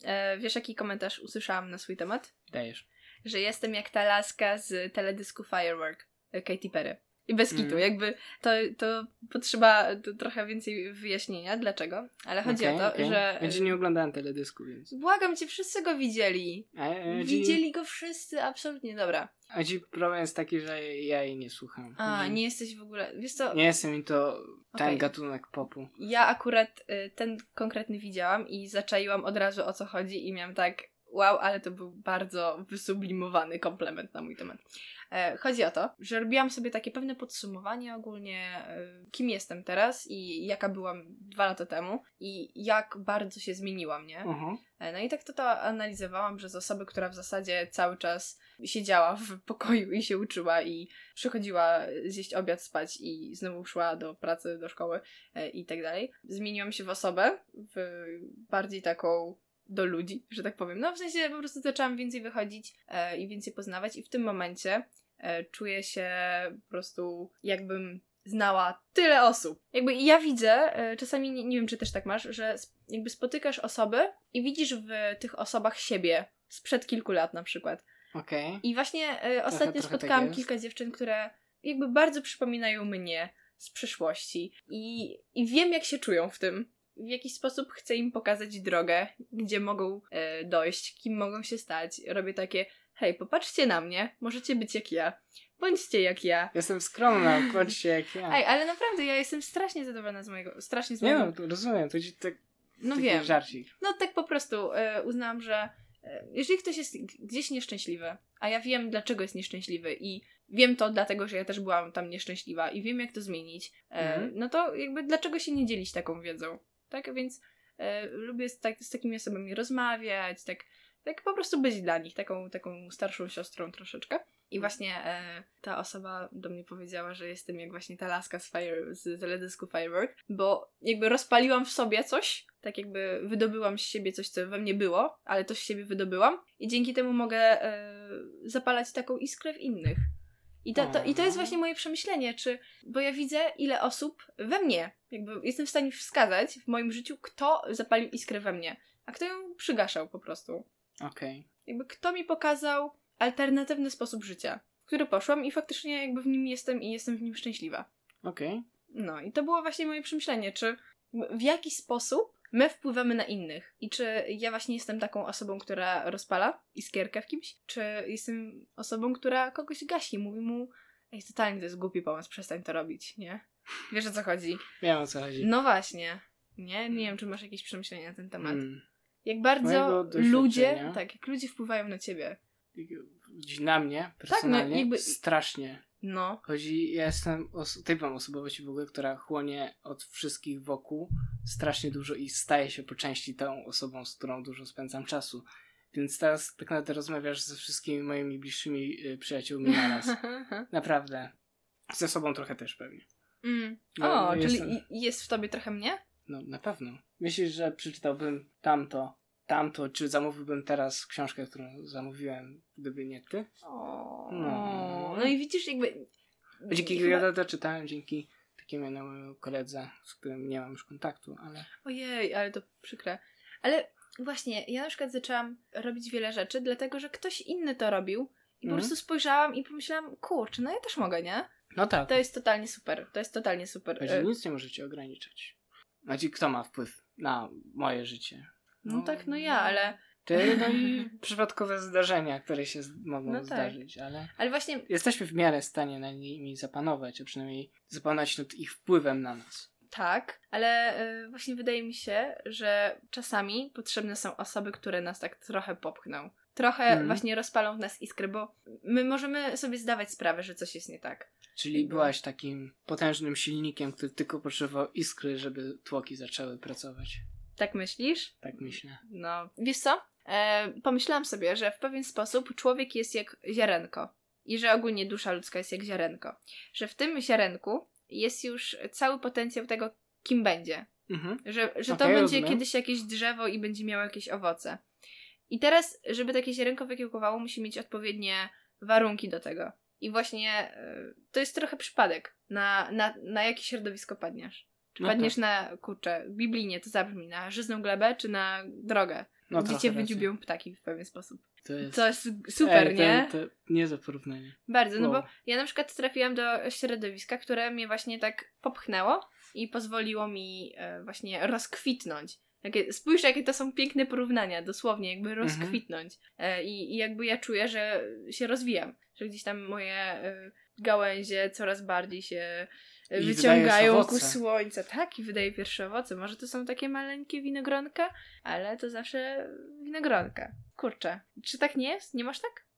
Wiesz, jaki komentarz usłyszałam na swój temat? Dajesz. Że jestem jak ta laska z teledysku Firework, Katy Perry. I bez kitu, jakby to potrzeba trochę więcej wyjaśnienia, dlaczego, ale chodzi o to, że... Ja nie oglądałem teledysku, więc... Błagam cię, wszyscy go widzieli. Widzieli go wszyscy, absolutnie, dobra. A problem jest taki, że ja jej nie słucham. Nie jesteś w ogóle... Wiesz co? Nie jestem mi to ten gatunek popu. Ja akurat ten konkretny widziałam i zaczaiłam od razu, o co chodzi i miałam tak... Wow, ale to był bardzo wysublimowany komplement na mój temat. Chodzi o to, że robiłam sobie takie pewne podsumowanie ogólnie, kim jestem teraz i jaka byłam 2 lata temu i jak bardzo się zmieniłam, nie? No i tak to analizowałam, że z osoby, która w zasadzie cały czas siedziała w pokoju i się uczyła i przychodziła zjeść obiad, spać i znowu szła do pracy, do szkoły i tak dalej. Zmieniłam się w osobę, w bardziej taką do ludzi, że tak powiem. No w sensie po prostu zaczęłam więcej wychodzić i więcej poznawać i w tym momencie czuję się po prostu jakbym znała tyle osób. Jakby ja widzę, czasami nie wiem, czy też tak masz, że jakby spotykasz osoby i widzisz w tych osobach siebie sprzed kilku lat na przykład. Okej. I właśnie ostatnio spotkałam kilka dziewczyn, które jakby bardzo przypominają mnie z przeszłości i wiem, jak się czują w tym. W jakiś sposób chcę im pokazać drogę, gdzie mogą dojść, kim mogą się stać. Robię takie, hej, popatrzcie na mnie, możecie być jak ja. Bądźcie jak ja. Jestem skromna, bądźcie jak ja. Ej, ale naprawdę ja jestem strasznie zadowolona z mojego... Nie no, rozumiem, to ci tak... No wiem. Żarcik. No tak po prostu uznałam, że jeżeli ktoś jest gdzieś nieszczęśliwy, a ja wiem, dlaczego jest nieszczęśliwy i wiem to dlatego, że ja też byłam tam nieszczęśliwa i wiem, jak to zmienić, no to jakby dlaczego się nie dzielić taką wiedzą? Tak, więc lubię z takimi osobami rozmawiać, tak po prostu być dla nich, taką starszą siostrą troszeczkę. I właśnie ta osoba do mnie powiedziała, że jestem jak właśnie ta laska z teledysku Firework, bo jakby rozpaliłam w sobie coś, tak jakby wydobyłam z siebie coś, co we mnie było, ale to z siebie wydobyłam i dzięki temu mogę zapalać taką iskrę w innych. I to jest właśnie moje przemyślenie, bo ja widzę, ile osób we mnie, jakby jestem w stanie wskazać w moim życiu, kto zapalił iskrę we mnie, a kto ją przygaszał po prostu. Okej. Jakby kto mi pokazał alternatywny sposób życia, w który poszłam i faktycznie jakby w nim jestem i jestem w nim szczęśliwa. Okej. No i to było właśnie moje przemyślenie, czy w jaki sposób my wpływamy na innych i czy ja właśnie jestem taką osobą, która rozpala iskierkę w kimś, czy jestem osobą, która kogoś gasi, mówi mu, ej, totalnie to jest głupi pomysł, przestań to robić, nie? Wiesz, o co chodzi? Wiem, o co chodzi. No właśnie, nie wiem, czy masz jakieś przemyślenia na ten temat. Jak bardzo jak ludzie wpływają na ciebie. Na mnie, personalnie, tak, no, jakby... strasznie. No. Ja jestem typem osobowości w ogóle, która chłonie od wszystkich wokół strasznie dużo i staje się po części tą osobą, z którą dużo spędzam czasu. Więc teraz tak naprawdę rozmawiasz ze wszystkimi moimi bliższymi przyjaciółmi naraz. Naprawdę. Ze sobą trochę też pewnie. Czyli jest w tobie trochę mnie? No, na pewno. Myślisz, że przeczytałbym tamto, czy zamówiłbym teraz książkę, którą zamówiłem, gdyby nie ty? No i widzisz, jakby... Dzięki to czytałem, dzięki takiemu jednemu koledze, z którym nie mam już kontaktu, ale... Ojej, ale to przykre. Ale właśnie, ja na przykład zaczęłam robić wiele rzeczy, dlatego, że ktoś inny to robił i po prostu spojrzałam i pomyślałam, kurczę, no ja też mogę, nie? No tak. To jest totalnie super. Nic nie możecie ograniczać. Znaczy, kto ma wpływ na moje życie? No tak, no ja, ale... Ty, no i przypadkowe zdarzenia, które się mogą zdarzyć, ale właśnie... jesteśmy w miarę w stanie na nimi zapanować, a przynajmniej zapanować nad ich wpływem na nas. Tak, ale właśnie wydaje mi się, że czasami potrzebne są osoby, które nas tak trochę popchną. Trochę właśnie rozpalą w nas iskry, bo my możemy sobie zdawać sprawę, że coś jest nie tak. Czyli byłaś takim potężnym silnikiem, który tylko potrzebował iskry, żeby tłoki zaczęły pracować. Tak myślisz? Tak myślę. No, wiesz co? Pomyślałam sobie, że w pewien sposób człowiek jest jak ziarenko i że ogólnie dusza ludzka jest jak ziarenko. Że w tym ziarenku jest już cały potencjał tego, kim będzie. Że to będzie kiedyś jakieś drzewo i będzie miało jakieś owoce. I teraz, żeby takie ziarenko wykiełkowało, musi mieć odpowiednie warunki do tego. I właśnie to jest trochę przypadek, na jakie środowisko padniesz. Czy padniesz na, biblijnie to zabrzmi, na żyzną glebę, czy na drogę. No, gdzie trochę cię raczej. wydziubią ptaki w pewien sposób. To jest Super, nie? To nie za porównanie. Bardzo, no Wow. bo ja na przykład trafiłam do środowiska, które mnie właśnie tak popchnęło i pozwoliło mi właśnie rozkwitnąć. Spójrz, jakie to są piękne porównania, dosłownie, jakby rozkwitnąć. I jakby ja czuję, że się rozwijam, że gdzieś tam moje gałęzie coraz bardziej się wyciągają ku słońcu. Tak, i wydaje pierwsze owoce. Może to są takie maleńkie winogronka, ale to zawsze winogronka. Kurczę, czy tak nie jest? Nie masz tak?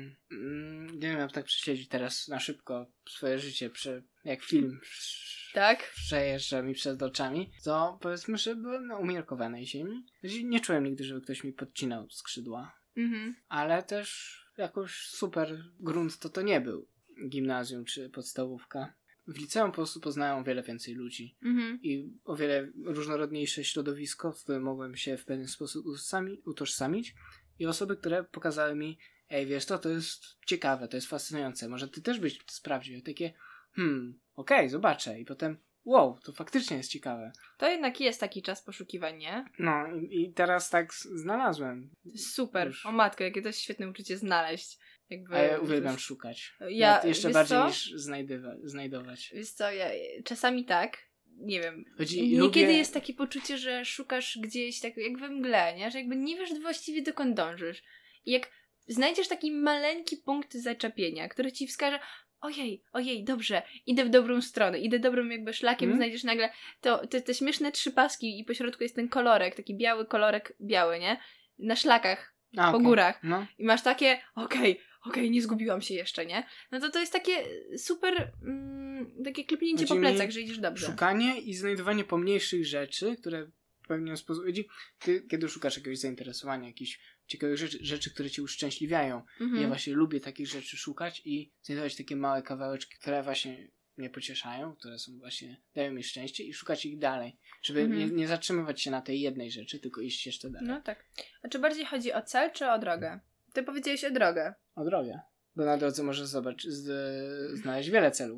Nie wiem, jak tak prześledzić teraz na szybko swoje życie, jak film tak? przejeżdża mi przed oczami, to powiedzmy, że byłem na umiarkowanej ziemi. Nie czułem nigdy, żeby ktoś mi podcinał skrzydła. Ale też jakoś super grunt to nie był gimnazjum czy podstawówka. W liceum po prostu poznałem o wiele więcej ludzi i o wiele różnorodniejsze środowisko, w którym mogłem się w pewien sposób utożsamić i osoby, które pokazały mi, ej, wiesz to jest ciekawe, to jest fascynujące, może ty też byś to sprawdził. Takie, okej, zobaczę. I potem, wow, to faktycznie jest ciekawe. To jednak jest taki czas poszukiwań, nie? No i teraz tak znalazłem. To jest super. Już. O matko, jakie to jest świetne uczucie znaleźć. A ja uwielbiam szukać. Jeszcze bardziej niż znajdować. Wiesz co, ja czasami tak, nie wiem, Niekiedy niekiedy jest takie poczucie, że szukasz gdzieś tak jak we mgle, nie? Że jakby nie wiesz właściwie dokąd dążysz. I jak znajdziesz taki maleńki punkt zaczepienia, który ci wskaże, ojej, dobrze, idę w dobrą stronę, idę dobrym jakby szlakiem, znajdziesz nagle te śmieszne 3 paski i po środku jest ten kolorek, taki biały kolorek, nie? Na szlakach, po górach. No. I masz takie, okej, nie zgubiłam się jeszcze, nie? No to jest takie super, takie klepnięcie po plecach, że idziesz dobrze. Szukanie i znajdowanie pomniejszych rzeczy, które w pewien sposób... Ty, kiedy szukasz jakiegoś zainteresowania, jakichś ciekawych rzeczy, które cię uszczęśliwiają. Ja właśnie lubię takich rzeczy szukać i znajdować takie małe kawałeczki, które właśnie mnie pocieszają, które są właśnie, dają mi szczęście i szukać ich dalej. Żeby nie zatrzymywać się na tej jednej rzeczy, tylko iść jeszcze dalej. No tak. A czy bardziej chodzi o cel, czy o drogę? Ty powiedziałeś o drogę. O drogę. Bo na drodze możesz znaleźć wiele celów.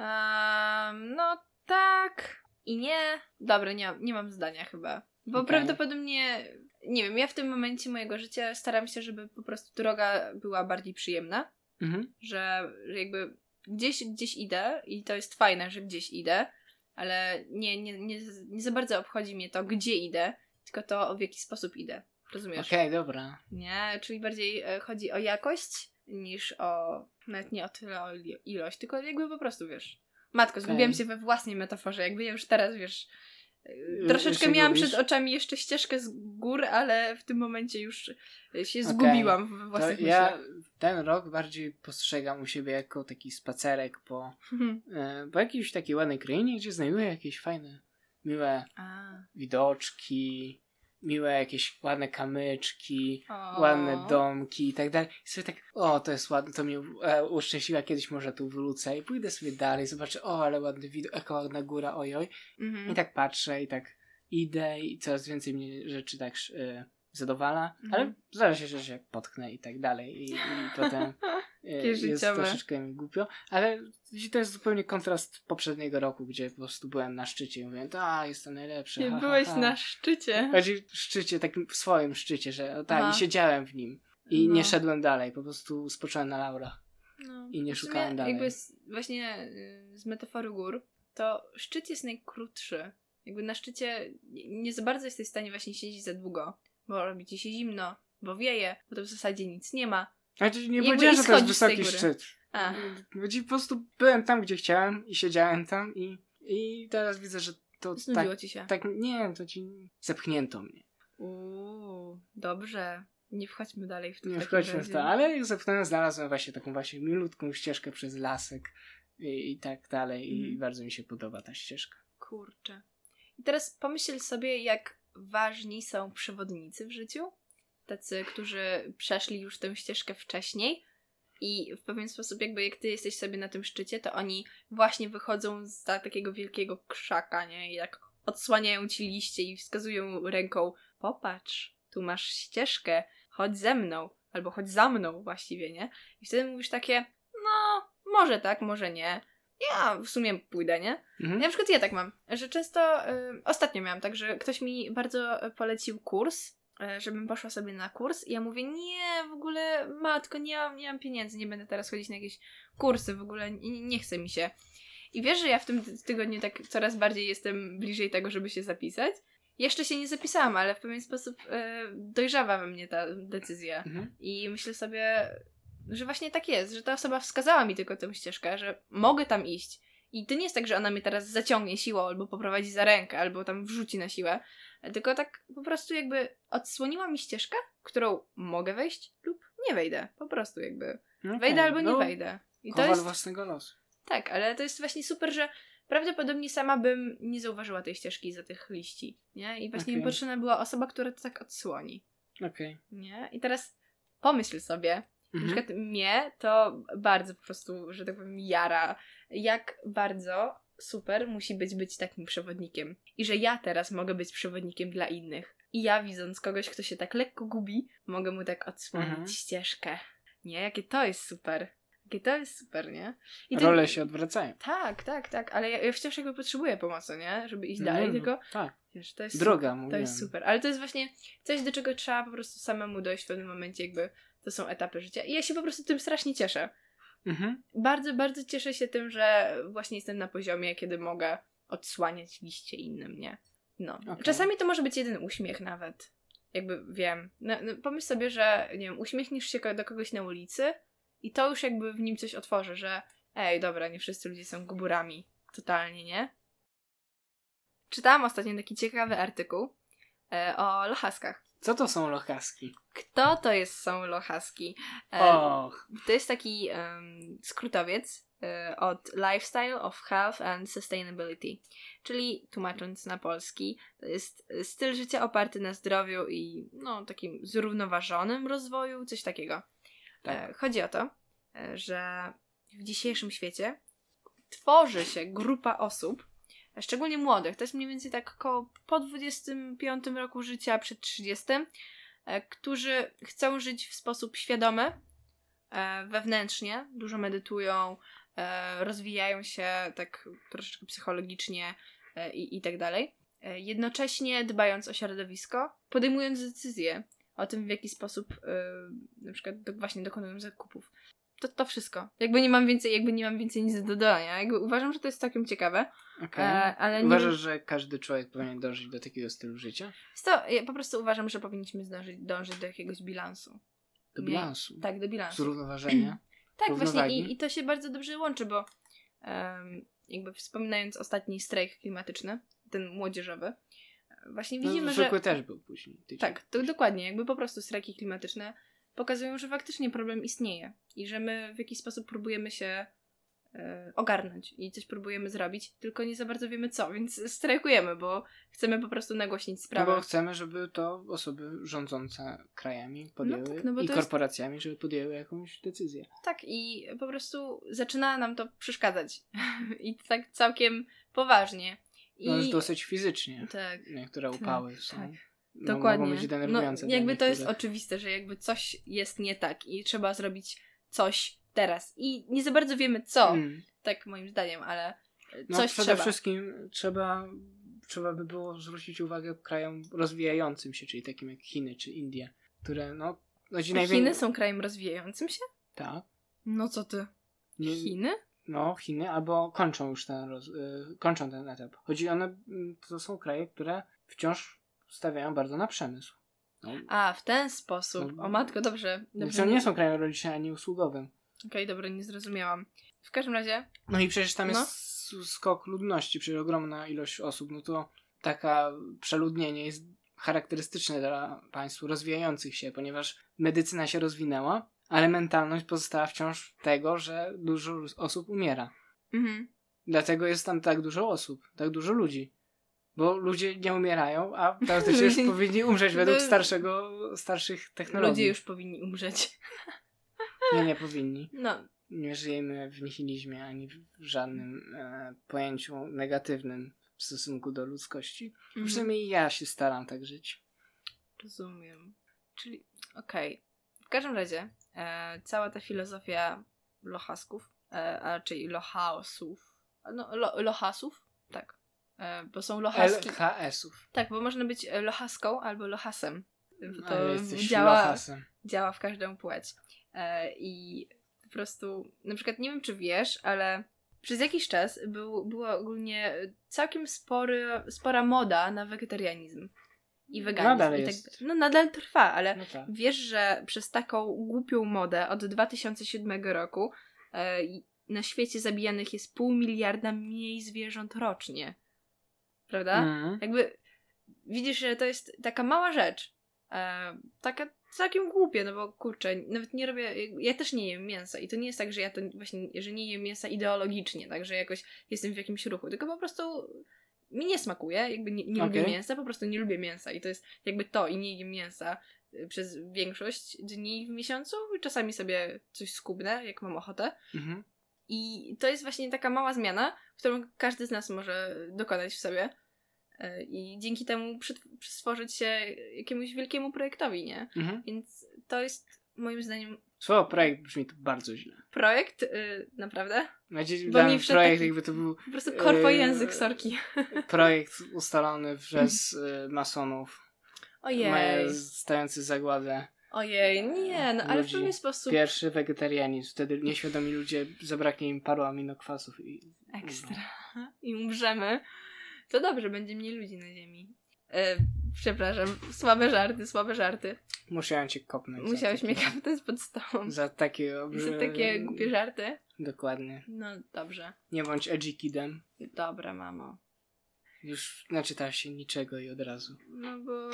No tak i nie. Dobra, nie mam zdania chyba. Bo prawdopodobnie, nie wiem, ja w tym momencie mojego życia staram się, żeby po prostu droga była bardziej przyjemna. Że jakby gdzieś idę i to jest fajne, że gdzieś idę, ale nie za bardzo obchodzi mnie to, gdzie idę, tylko to, w jaki sposób idę. Rozumiesz? Okej, dobra. Nie, czyli bardziej chodzi o jakość niż o, nawet nie o tyle o ilość, tylko jakby po prostu, wiesz, matko, zgubiłam się we własnej metaforze, jakby ja już teraz, wiesz, troszeczkę miałam przed oczami jeszcze ścieżkę z gór, ale w tym momencie już się zgubiłam we własnych myślach. Ja ten rok bardziej postrzegam u siebie jako taki spacerek po jakiejś takiej ładnej krainie, gdzie znajduję jakieś fajne, miłe widoczki, miłe jakieś ładne kamyczki, ładne domki i tak dalej. I sobie tak, to jest ładne, to mnie uszczęśliwia, kiedyś może tu wrócę i pójdę sobie dalej, zobaczę, ale ładny widok, jaka ładna góra, ojoj. I tak patrzę i tak idę i coraz więcej mnie rzeczy tak zadowala, ale zdarza się, że się potknę i tak dalej i potem jest troszeczkę mi głupio, ale to jest zupełnie kontrast poprzedniego roku, gdzie po prostu byłem na szczycie i mówię, jestem najlepszy. Nie byłeś na szczycie. Znaczy szczycie, takim w swoim szczycie, że i siedziałem w nim i nie szedłem dalej, po prostu spocząłem na laurach i nie szukałem dalej. Jakby właśnie z metafory gór, to szczyt jest najkrótszy. Jakby na szczycie nie za bardzo jesteś w stanie właśnie siedzieć za długo, bo robi ci się zimno, bo wieje, bo to w zasadzie nic nie ma. Znaczy nie powiedziałem, że to jest wysoki szczyt. Po prostu byłem tam, gdzie chciałem i siedziałem tam i teraz widzę, że to znudziło ci się. Tak, nie, to ci zepchnięto mnie. Dobrze. Nie wchodźmy dalej w to. Nie wchodźmy w to, ale jak zepchnąłem, znalazłem właśnie taką właśnie milutką ścieżkę przez lasek i tak dalej i bardzo mi się podoba ta ścieżka. Kurczę. I teraz pomyśl sobie, jak ważni są przewodnicy w życiu. Tacy, którzy przeszli już tę ścieżkę wcześniej i w pewien sposób jakby jak ty jesteś sobie na tym szczycie, to oni właśnie wychodzą z takiego wielkiego krzaka, nie? I jak odsłaniają ci liście i wskazują ręką, popatrz, tu masz ścieżkę, chodź ze mną, albo chodź za mną właściwie, nie? I wtedy mówisz takie, może tak, może nie. Ja w sumie pójdę, nie? Na przykład ja tak mam, że często, ostatnio miałam tak, że ktoś mi bardzo polecił kurs żebym poszła sobie na kurs i ja mówię, nie, w ogóle matko, nie mam pieniędzy, nie będę teraz chodzić na jakieś kursy, w ogóle nie chce mi się. I wiesz, że ja w tym tygodniu tak coraz bardziej jestem bliżej tego, żeby się zapisać. Jeszcze się nie zapisałam, ale w pewien sposób dojrzawa we mnie ta decyzja. I myślę sobie, że właśnie tak jest, że ta osoba wskazała mi tylko tę ścieżkę, że mogę tam iść. I to nie jest tak, że ona mnie teraz zaciągnie siłą, albo poprowadzi za rękę, albo tam wrzuci na siłę, tylko tak po prostu jakby odsłoniła mi ścieżkę, którą mogę wejść lub nie wejdę. Po prostu jakby wejdę albo nie wejdę. I to jest własnego losu. Tak, ale to jest właśnie super, że prawdopodobnie sama bym nie zauważyła tej ścieżki za tych liści, nie? I właśnie mi potrzebna była osoba, która to tak odsłoni. Nie? I teraz pomyśl sobie, na przykład mnie to bardzo po prostu, że tak powiem, jara, jak bardzo super musi być takim przewodnikiem. I że ja teraz mogę być przewodnikiem dla innych. I ja, widząc kogoś, kto się tak lekko gubi, mogę mu tak odsłonić ścieżkę. Nie? Jakie to jest super. To jest super, nie? I role się odwracają. Tak, ale ja wciąż jakby potrzebuję pomocy, nie? Żeby iść dalej, tylko wiesz, to jest droga, super, to jest super. Ale to jest właśnie coś, do czego trzeba po prostu samemu dojść w pewnym momencie, jakby to są etapy życia. I ja się po prostu tym strasznie cieszę. Bardzo, bardzo cieszę się tym, że właśnie jestem na poziomie, kiedy mogę odsłaniać liście innym, nie? No. Czasami to może być jeden uśmiech nawet. Jakby wiem. No, pomyśl sobie, że nie wiem, uśmiechniesz się do kogoś na ulicy i to już jakby w nim coś otworzy, że ej, dobra, nie wszyscy ludzie są guburami. Totalnie, nie? Czytałam ostatnio taki ciekawy artykuł o lochaskach. Co to są lochaski? Kto to są lochaski? To jest taki skrótowiec od Lifestyle of Health and Sustainability. Czyli tłumacząc na polski, to jest styl życia oparty na zdrowiu i takim zrównoważonym rozwoju, coś takiego. Tak. Chodzi o to, że w dzisiejszym świecie tworzy się grupa osób, szczególnie młodych, to jest mniej więcej tak około po 25 roku życia, przed 30, którzy chcą żyć w sposób świadomy, wewnętrznie, dużo medytują, rozwijają się tak troszeczkę psychologicznie i tak dalej, jednocześnie dbając o środowisko, podejmując decyzje o tym, w jaki sposób na przykład właśnie dokonują zakupów. To wszystko. Jakby nie mam więcej nic do dodania. Jakby uważam, że to jest całkiem ciekawe. Ale uważasz, że każdy człowiek powinien dążyć do takiego stylu życia? Ja po prostu uważam, że powinniśmy dążyć do jakiegoś bilansu. Do bilansu? Tak, do bilansu. Zrównoważenia? Tak, właśnie i to się bardzo dobrze łączy, bo jakby wspominając ostatni strajk klimatyczny, ten młodzieżowy, właśnie widzimy, że... Zwykły też był później. Tak, to dokładnie. Jakby po prostu strajki klimatyczne pokazują, że faktycznie problem istnieje i że my w jakiś sposób próbujemy się ogarnąć i coś próbujemy zrobić, tylko nie za bardzo wiemy co, więc strajkujemy, bo chcemy po prostu nagłośnić sprawę. No bo chcemy, żeby to osoby rządzące krajami podjęły i korporacjami, żeby podjęły jakąś decyzję. Tak, i po prostu zaczyna nam to przeszkadzać. I tak całkiem poważnie. Już dosyć fizycznie. Tak. Niektóre upały są. Tak. Dokładnie. Mogą być denerwujące. Jakby to jest oczywiste, że jakby coś jest nie tak i trzeba zrobić coś teraz. I nie za bardzo wiemy co, tak moim zdaniem, ale coś przede wszystkim trzeba by było zwrócić uwagę krajom rozwijającym się, czyli takim jak Chiny czy Indie, które Chiny są krajem rozwijającym się? Tak. No co ty? Chiny? Chiny, albo kończą ten etap. To są kraje, które wciąż stawiają bardzo na przemysł. W ten sposób. O matko, dobrze. Nie są krajem rolniczym ani usługowym. Okej, dobra, nie zrozumiałam. W każdym razie... No i przecież tam jest skok ludności, przecież ogromna ilość osób, to taka przeludnienie jest charakterystyczne dla państw rozwijających się, ponieważ medycyna się rozwinęła, ale mentalność pozostała wciąż tego, że dużo osób umiera. Dlatego jest tam tak dużo osób, tak dużo ludzi. Bo ludzie nie umierają, a teoretycznie już powinni umrzeć według starszych technologii. Ludzie już powinni umrzeć. Nie powinni. Nie żyjemy w nihilizmie, ani w żadnym pojęciu negatywnym w stosunku do ludzkości. Przynajmniej ja się staram tak żyć. Rozumiem. Czyli, W każdym razie, cała ta filozofia lochasków, a raczej lochaosów, lochasów, tak, bo są lochaski. LHS-ów. Tak, bo można być lochaską albo lochasem. To działa w każdą płeć. I po prostu, na przykład nie wiem, czy wiesz, ale przez jakiś czas była ogólnie całkiem spora moda na wegetarianizm i weganizm. Nadal jest. No nadal trwa, ale No tak. wiesz, że przez taką głupią modę od 2007 roku na świecie zabijanych jest 500 miliarda mniej zwierząt rocznie. Prawda? Jakby widzisz, że to jest taka mała rzecz. Taka całkiem głupie, no bo kurczę, nawet nie robię, ja też nie jem mięsa i to nie jest tak, że ja to właśnie, że nie jem mięsa ideologicznie, tak, że jakoś jestem w jakimś ruchu, tylko po prostu mi nie smakuje, jakby nie lubię mięsa, po prostu nie lubię mięsa i to jest jakby to i nie jem mięsa przez większość dni w miesiącu, czasami sobie coś skubnę, jak mam ochotę. I to jest właśnie taka mała zmiana, którą każdy z nas może dokonać w sobie. I dzięki temu przystworzyć się jakiemuś wielkiemu projektowi, nie? Więc to jest moim zdaniem... Słowo projekt brzmi to bardzo źle. Projekt? Naprawdę? Bo mi projekt jakby to był... Po prostu korpojęzyk, sorki. Projekt ustalony przez masonów. Ojej. Stający zagładę. Ojej, nie, no ale w pewien sposób... Pierwszy wegetarianizm. Wtedy nieświadomi ludzie, zabraknie im paru aminokwasów i... Ekstra. I umrzemy. To dobrze, będzie mniej ludzi na ziemi. Przepraszam, słabe żarty. Musiałem cię kopnąć. Musiałeś mnie kopnąć pod stołem. Za takie głupie żarty? Dokładnie. No dobrze. Nie bądź edgy kidem. Dobra, mamo. Już naczytałaś się niczego i od razu. No bo...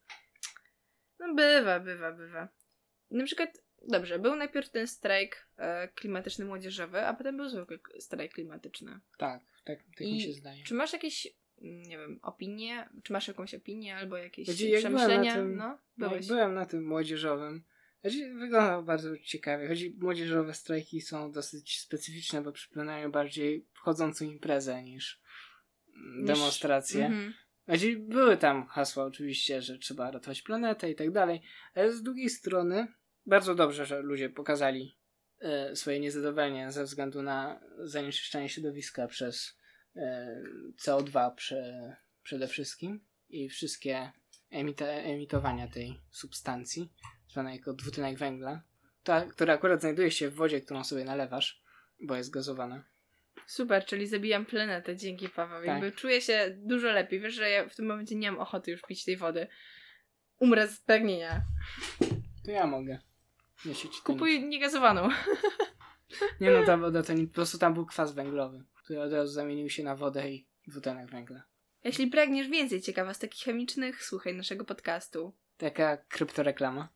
No bywa. Na przykład, dobrze, był najpierw ten strajk klimatyczny młodzieżowy, a potem był zwykły strajk klimatyczny. Tak mi się zdaje. Czy masz jakieś, nie wiem, opinie? Czy masz jakąś opinię albo jakieś przemyślenia? Byłem na tym młodzieżowym. Wyglądało bardzo ciekawie. Młodzieżowe strajki są dosyć specyficzne, bo przypominają bardziej wchodzącą imprezę niż demonstracje. Były tam hasła oczywiście, że trzeba ratować planetę i tak dalej, ale z drugiej strony bardzo dobrze, że ludzie pokazali swoje niezadowolenie ze względu na zanieczyszczenie środowiska przez CO2 przede wszystkim i wszystkie emitowania tej substancji, zwanej jako dwutlenek węgla, która akurat znajduje się w wodzie, którą sobie nalewasz, bo jest gazowana. Super, czyli zabijam planetę, dzięki Paweł. Tak. Jakby czuję się dużo lepiej. Wiesz, że ja w tym momencie nie mam ochoty już pić tej wody. Umrę z pragnienia. To ja mogę. Kupuj niegazowaną. Nie no, ta woda to nie, po prostu tam był kwas węglowy, który od razu zamienił się na wodę i dwutlenek węgla. Jeśli pragniesz więcej ciekawostek chemicznych, słuchaj naszego podcastu. Taka kryptoreklama.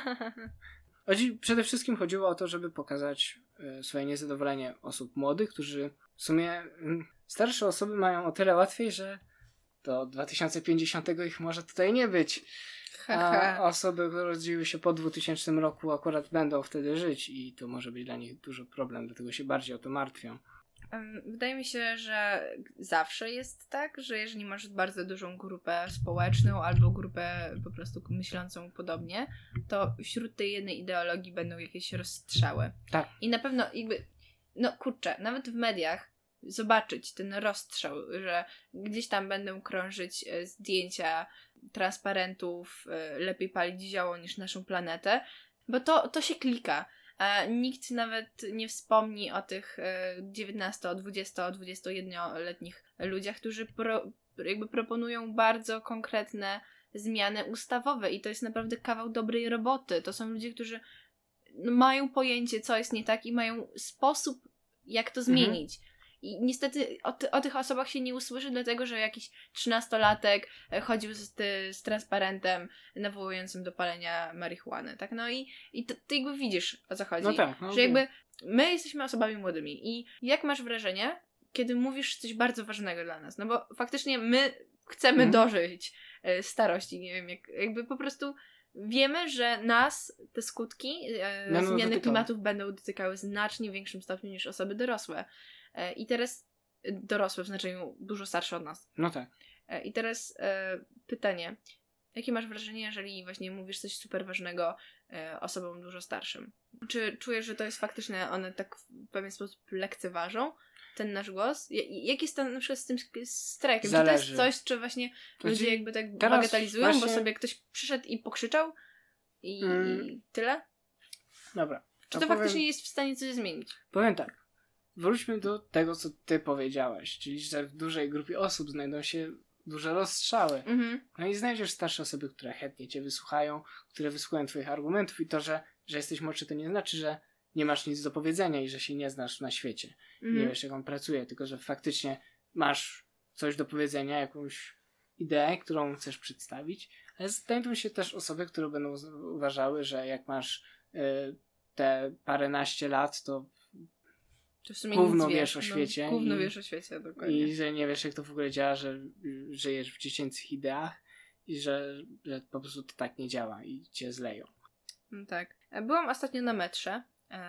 Przede wszystkim chodziło o to, żeby pokazać swoje niezadowolenie osób młodych, którzy w sumie starsze osoby mają o tyle łatwiej, że do 2050 ich może tutaj nie być. A osoby, które rodziły się po 2000 roku akurat będą wtedy żyć i to może być dla nich duży problem, dlatego się bardziej o to martwią. Wydaje mi się, że zawsze jest tak, że jeżeli masz bardzo dużą grupę społeczną albo grupę po prostu myślącą podobnie, to wśród tej jednej ideologii będą jakieś rozstrzały. Tak. I na pewno jakby, no kurczę, nawet w mediach zobaczyć ten rozstrzał, że gdzieś tam będą krążyć zdjęcia transparentów lepiej palić zioło niż naszą planetę, bo to się klika. A nikt nawet nie wspomni o tych 19, 20, 21-letnich ludziach, którzy jakby proponują bardzo konkretne zmiany ustawowe i to jest naprawdę kawał dobrej roboty. To są ludzie, którzy mają pojęcie, co jest nie tak i mają sposób, jak to zmienić. I niestety o tych osobach się nie usłyszy, dlatego że jakiś 13-latek chodził z transparentem nawołującym do palenia marihuany, tak? No i ty jakby widzisz, o co chodzi. No tak, że jakby my jesteśmy osobami młodymi i jak masz wrażenie, kiedy mówisz coś bardzo ważnego dla nas? No bo faktycznie my chcemy dożyć starości, nie wiem, jakby po prostu wiemy, że nas te skutki zmiany klimatów będą dotykały w znacznie większym stopniu niż osoby dorosłe. I teraz dorosłe w znaczeniu dużo starsze od nas. No tak. I teraz pytanie. Jakie masz wrażenie, jeżeli właśnie mówisz coś super ważnego osobom dużo starszym? Czy czujesz, że to jest faktycznie, one tak w pewien sposób lekceważą? ten nasz głos? Jak jest tam na przykład z tym strajkiem? Zależy. Czy to jest coś, czy właśnie ludzie jakby tak teraz bagatelizują, właśnie... bo sobie ktoś przyszedł i pokrzyczał i tyle? Dobra. Czy to faktycznie jest w stanie coś zmienić? Powiem tak. Wróćmy do tego, co ty powiedziałaś, czyli że w dużej grupie osób znajdą się duże rozstrzały. No i znajdziesz starsze osoby, które chętnie cię wysłuchają, które wysłuchają twoich argumentów i to, że jesteś młodszy, to nie znaczy, że nie masz nic do powiedzenia i że się nie znasz na świecie. Nie wiesz, jak on pracuje, tylko że faktycznie masz coś do powiedzenia, jakąś ideę, którą chcesz przedstawić, ale znajdą się też osoby, które będą uważały, że jak masz te paręnaście lat, to w sumie gówno wiesz o świecie. Gówno wiesz o świecie, dokładnie. I że nie wiesz, jak to w ogóle działa, że żyjesz w dziecięcych ideach i że po prostu to tak nie działa i cię zleją. No tak. Byłam ostatnio na metrze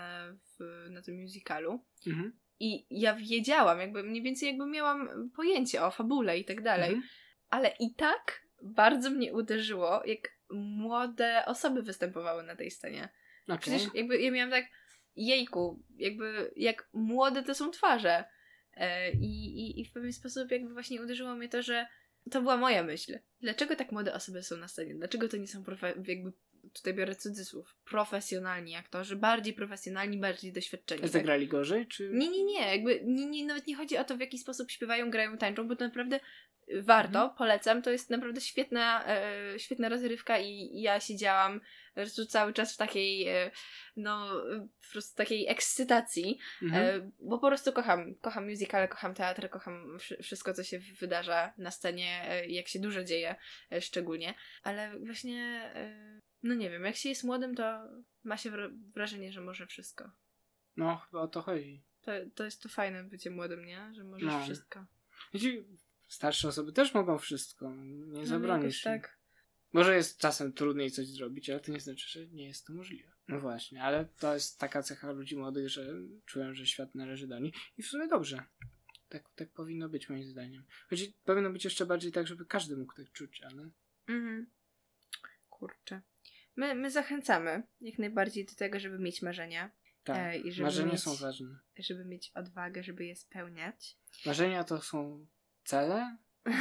na tym musicalu i ja wiedziałam, jakby mniej więcej jakby miałam pojęcie o fabule i tak dalej, ale i tak bardzo mnie uderzyło, jak młode osoby występowały na tej scenie. Okay. Przecież jakby ja miałam tak, jejku, jakby jak młode to są twarze. I w pewien sposób jakby właśnie uderzyło mnie to, że to była moja myśl. Dlaczego tak młode osoby są na scenie? Dlaczego to nie są jakby, tutaj biorę cudzysłów, profesjonalni aktorzy, bardziej profesjonalni, bardziej doświadczeni. Zagrali gorzej, czy? Nie, jakby nawet nie chodzi o to, w jaki sposób śpiewają, grają, tańczą, bo to naprawdę warto, polecam, to jest naprawdę świetna rozrywka i ja siedziałam po prostu cały czas w takiej po prostu takiej ekscytacji, bo po prostu kocham musicale, kocham teatr, kocham wszystko, co się wydarza na scenie, jak się dużo dzieje szczególnie, ale właśnie no nie wiem, jak się jest młodym, to ma się wrażenie, że może wszystko. No, chyba o to chodzi. To jest to fajne bycie młodym, nie? Że możesz wszystko. Wiecie, starsze osoby też mogą wszystko. Nie zabronisz. Tak. Może jest czasem trudniej coś zrobić, ale to nie znaczy, że nie jest to możliwe. No właśnie, ale to jest taka cecha ludzi młodych, że czują, że świat należy do nich. I w sumie dobrze. Tak powinno być moim zdaniem. Choć powinno być jeszcze bardziej tak, żeby każdy mógł tak czuć, ale... Kurczę. My zachęcamy jak najbardziej do tego, żeby mieć marzenia. Tak, i żeby marzenia są ważne. Żeby mieć odwagę, żeby je spełniać. Marzenia to są cele,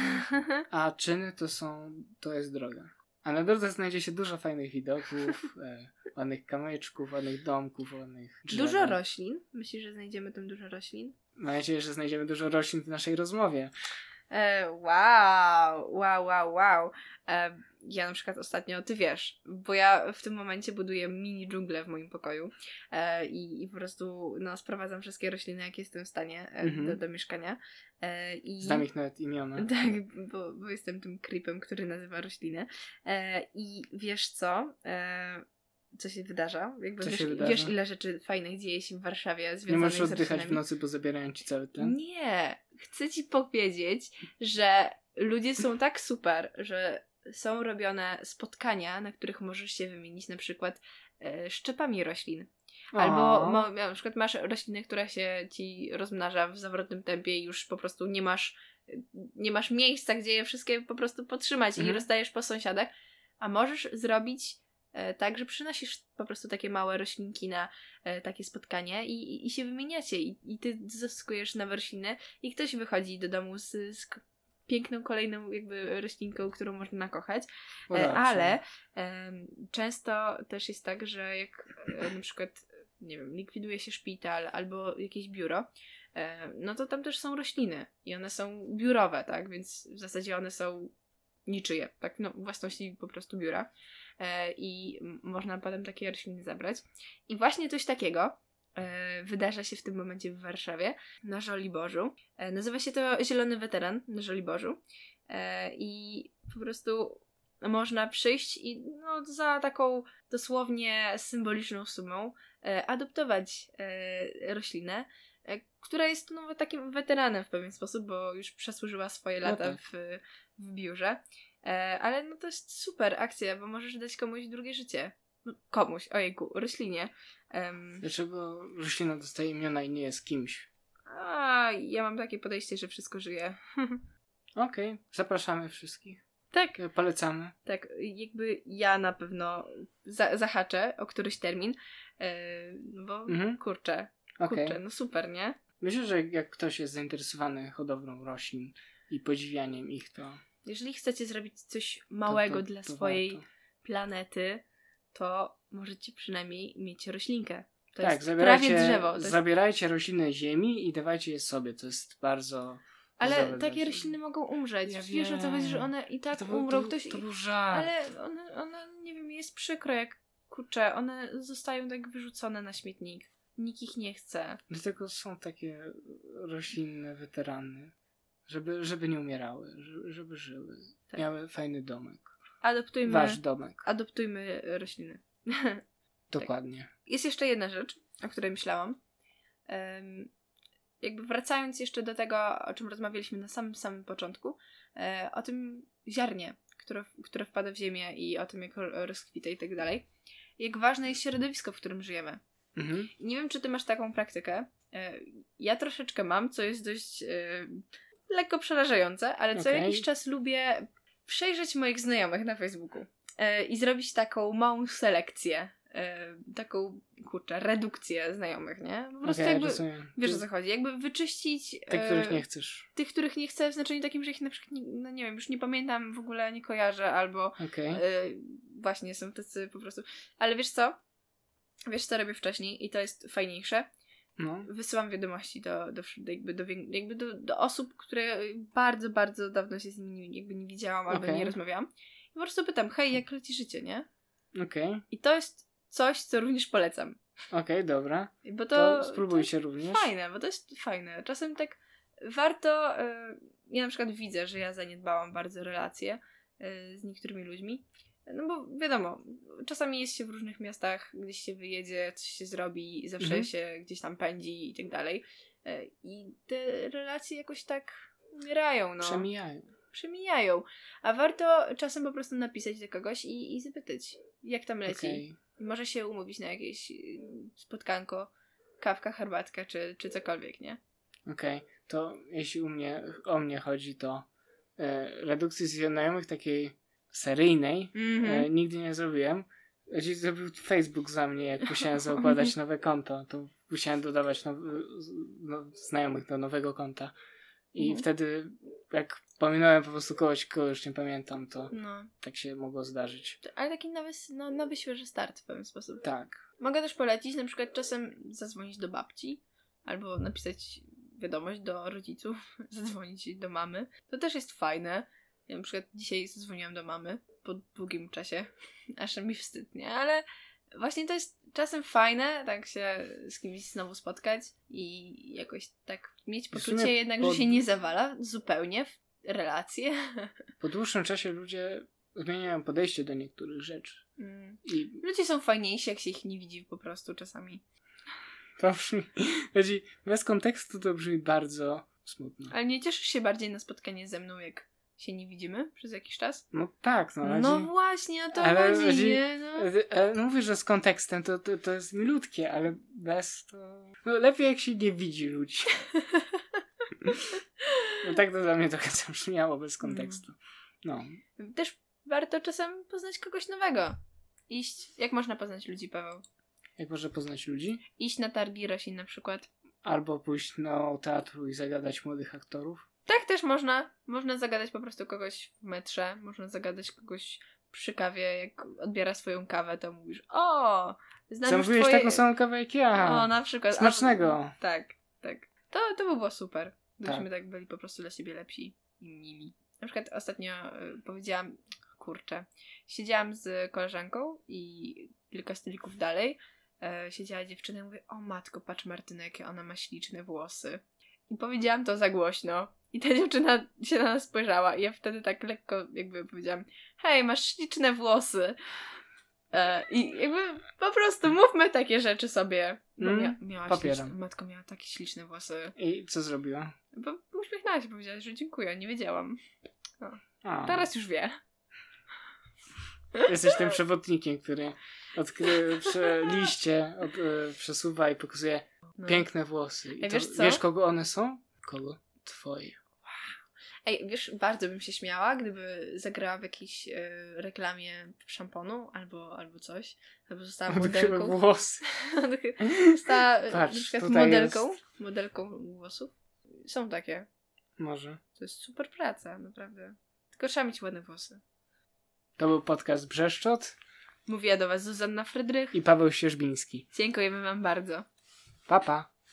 a czyny to jest droga. A na drodze znajdzie się dużo fajnych widoków, ładnych kamyczków, ładnych domków, ładnych drzew. Dużo roślin. Myślisz, że znajdziemy tam dużo roślin? Mam nadzieję, że znajdziemy dużo roślin w naszej rozmowie. Wow. Ja na przykład ostatnio, ty wiesz, bo ja w tym momencie buduję mini dżunglę w moim pokoju i po prostu sprowadzam wszystkie rośliny, jakie jestem w stanie do mieszkania. Znam ich nawet imiona. Tak, bo jestem tym creepem, który nazywa rośliny. I wiesz co? Co się wydarza? Jakby wiesz, ile rzeczy fajnych dzieje się w Warszawie związanych z roślinami. Nie możesz oddychać w nocy, bo zabierają ci cały ten? Nie! Chcę ci powiedzieć, że ludzie są tak super, że są robione spotkania, na których możesz się wymienić na przykład szczepami roślin. Albo na przykład masz roślinę, która się ci rozmnaża w zawrotnym tempie i już po prostu nie masz miejsca, gdzie je wszystkie po prostu podtrzymać i rozdajesz po sąsiadach, a możesz zrobić tak, że przynosisz po prostu takie małe roślinki na takie spotkanie i się wymieniacie i ty zyskujesz na rośliny i ktoś wychodzi do domu z piękną kolejną jakby roślinką, którą można nakochać, ale często też jest tak, że jak na przykład nie wiem, likwiduje się szpital albo jakieś biuro, no to tam też są rośliny i one są biurowe, tak, więc w zasadzie one są niczyje, tak, no własności po prostu biura i można potem takie rośliny zabrać. I właśnie coś takiego wydarza się w tym momencie w Warszawie na Żoliborzu. Nazywa się to Zielony Weteran na Żoliborzu i po prostu można przyjść i za taką dosłownie symboliczną sumą adoptować roślinę, która jest takim weteranem w pewien sposób, bo już przesłużyła swoje lata w biurze. Ale to jest super akcja, bo możesz dać komuś drugie życie. Komuś, ojejku, roślinie. Dlaczego roślina dostaje imiona i nie jest kimś? Ja mam takie podejście, że wszystko żyje. Okej, zapraszamy wszystkich. Tak. Polecamy. Tak, jakby ja na pewno zahaczę o któryś termin, bo kurczę, no super, nie? Myślę, że jak ktoś jest zainteresowany hodowlą roślin i podziwianiem ich, to... Jeżeli chcecie zrobić coś małego dla swojej planety, to możecie przynajmniej mieć roślinkę. To jest prawie drzewo. Zabierajcie rośliny ziemi i dawajcie je sobie. To jest bardzo... Ale takie rośliny mogą umrzeć. Ja wiesz o co chodzi, że one i tak umrą. To był żart. Ale one, nie wiem, jest przykro jak kurczę, one zostają tak wyrzucone na śmietnik. Nikt ich nie chce. Dlatego są takie roślinne weterany. Żeby nie umierały, żeby żyły. Tak. Miały fajny domek. Wasz domek. Adoptujmy rośliny. Dokładnie. Tak. Jest jeszcze jedna rzecz, o której myślałam. Jakby wracając jeszcze do tego, o czym rozmawialiśmy na samym początku, o tym ziarnie, które wpada w ziemię i o tym, jak rozkwita i tak dalej. Jak ważne jest środowisko, w którym żyjemy. Mhm. Nie wiem, czy ty masz taką praktykę. Ja troszeczkę mam, co jest dość lekko przerażające, ale co jakiś czas lubię przejrzeć moich znajomych na Facebooku i zrobić taką małą selekcję. Taką, redukcję znajomych, nie? Po prostu jakby, wiesz o co chodzi, jakby wyczyścić tych, których nie chcesz. Tych, których nie chcę, w znaczeniu takim, że ich na przykład, nie wiem, już nie pamiętam, w ogóle nie kojarzę, albo właśnie są tacy po prostu. Ale wiesz co robię wcześniej i to jest fajniejsze? No. Wysyłam wiadomości do osób, które bardzo, bardzo dawno się z nimi jakby nie widziałam albo nie rozmawiałam. I po prostu pytam, hej, jak leci życie, nie? I to jest coś, co również polecam. Dobra. Bo to spróbujcie również. Fajne, bo to jest fajne. Czasem tak warto... ja na przykład widzę, że ja zaniedbałam bardzo relacje z niektórymi ludźmi. No bo wiadomo, czasami jest się w różnych miastach, gdzieś się wyjedzie, coś się zrobi, zawsze się gdzieś tam pędzi i tak dalej. I te relacje jakoś tak umierają, no. Przemijają. A warto czasem po prostu napisać do kogoś i zapytać, jak tam leci. Może się umówić na jakieś spotkanko, kawka, herbatka, czy cokolwiek, nie? To jeśli o mnie chodzi, to redukcji znajomych takiej seryjnej nigdy nie zrobiłem. Zrobił Facebook za mnie, jak musiałem zakładać nowe konto, to musiałem dodawać znajomych do nowego konta. I wtedy, jak pominąłem po prostu kogoś, kogo już nie pamiętam, to tak się mogło zdarzyć. Ale taki nowy świeży start w pewien sposób. Tak. Mogę też polecić, na przykład czasem zadzwonić do babci, albo napisać wiadomość do rodziców, zadzwonić do mamy. To też jest fajne. Ja na przykład dzisiaj zadzwoniłam do mamy po długim czasie, aż mi wstyd, nie? Ale właśnie to jest czasem fajne, tak się z kimś znowu spotkać i jakoś tak mieć poczucie jednak, że się nie zawala zupełnie w relacje. Po dłuższym czasie ludzie zmieniają podejście do niektórych rzeczy. Ludzie są fajniejsi, jak się ich nie widzi po prostu czasami. To brzmi, bez kontekstu to brzmi bardzo smutno. Ale nie cieszysz się bardziej na spotkanie ze mną, jak się nie widzimy przez jakiś czas? No tak, no właśnie, o to chodzi, nie? No mówię, że z kontekstem to jest milutkie, ale bez to... No lepiej jak się nie widzi ludzi. No tak to dla mnie trochę zabrzmiało bez kontekstu. No. Też warto czasem poznać kogoś nowego. Jak można poznać ludzi, Paweł? Jak można poznać ludzi? Iść na targi roślin na przykład. Albo pójść do teatru i zagadać młodych aktorów. Tak też można. Można zagadać po prostu kogoś w metrze. Można zagadać kogoś przy kawie. Jak odbiera swoją kawę, to mówisz: o, znam już zamówiłeś taką samą kawę jak ja. O, na przykład. Smacznego. Tak. To by było super. Gdybyśmy tak byli po prostu dla siebie lepsi i mili. Na przykład ostatnio powiedziałam, siedziałam z koleżanką i kilka stolików dalej siedziała dziewczyna i mówię: o matko, patrz Martyna, jakie ona ma śliczne włosy. I powiedziałam to za głośno. I ta dziewczyna się na nas spojrzała i ja wtedy tak lekko jakby powiedziałam: hej, masz śliczne włosy. I jakby po prostu mówmy takie rzeczy sobie. Bo matka miała takie śliczne włosy. I co zrobiła? Bo uśmiechnęła się, powiedziała, że dziękuję, nie wiedziałam. Teraz już wie. Jesteś tym przewodnikiem, który liście przesuwa i pokazuje piękne włosy. I wiesz co? Wiesz, kogo one są? Kogo? Twoje. Ej, wiesz, bardzo bym się śmiała, gdyby zagrała w jakiejś reklamie szamponu albo coś. Albo została modelką. Włosy. Została Patrz, na przykład tutaj modelką włosów. Są takie. Może. To jest super praca, naprawdę. Tylko trzeba mieć ładne włosy. To był podcast Brzeszczot. Mówiła do was Zuzanna Frydrych I Paweł Sierzbiński. Dziękujemy wam bardzo. Pa, pa.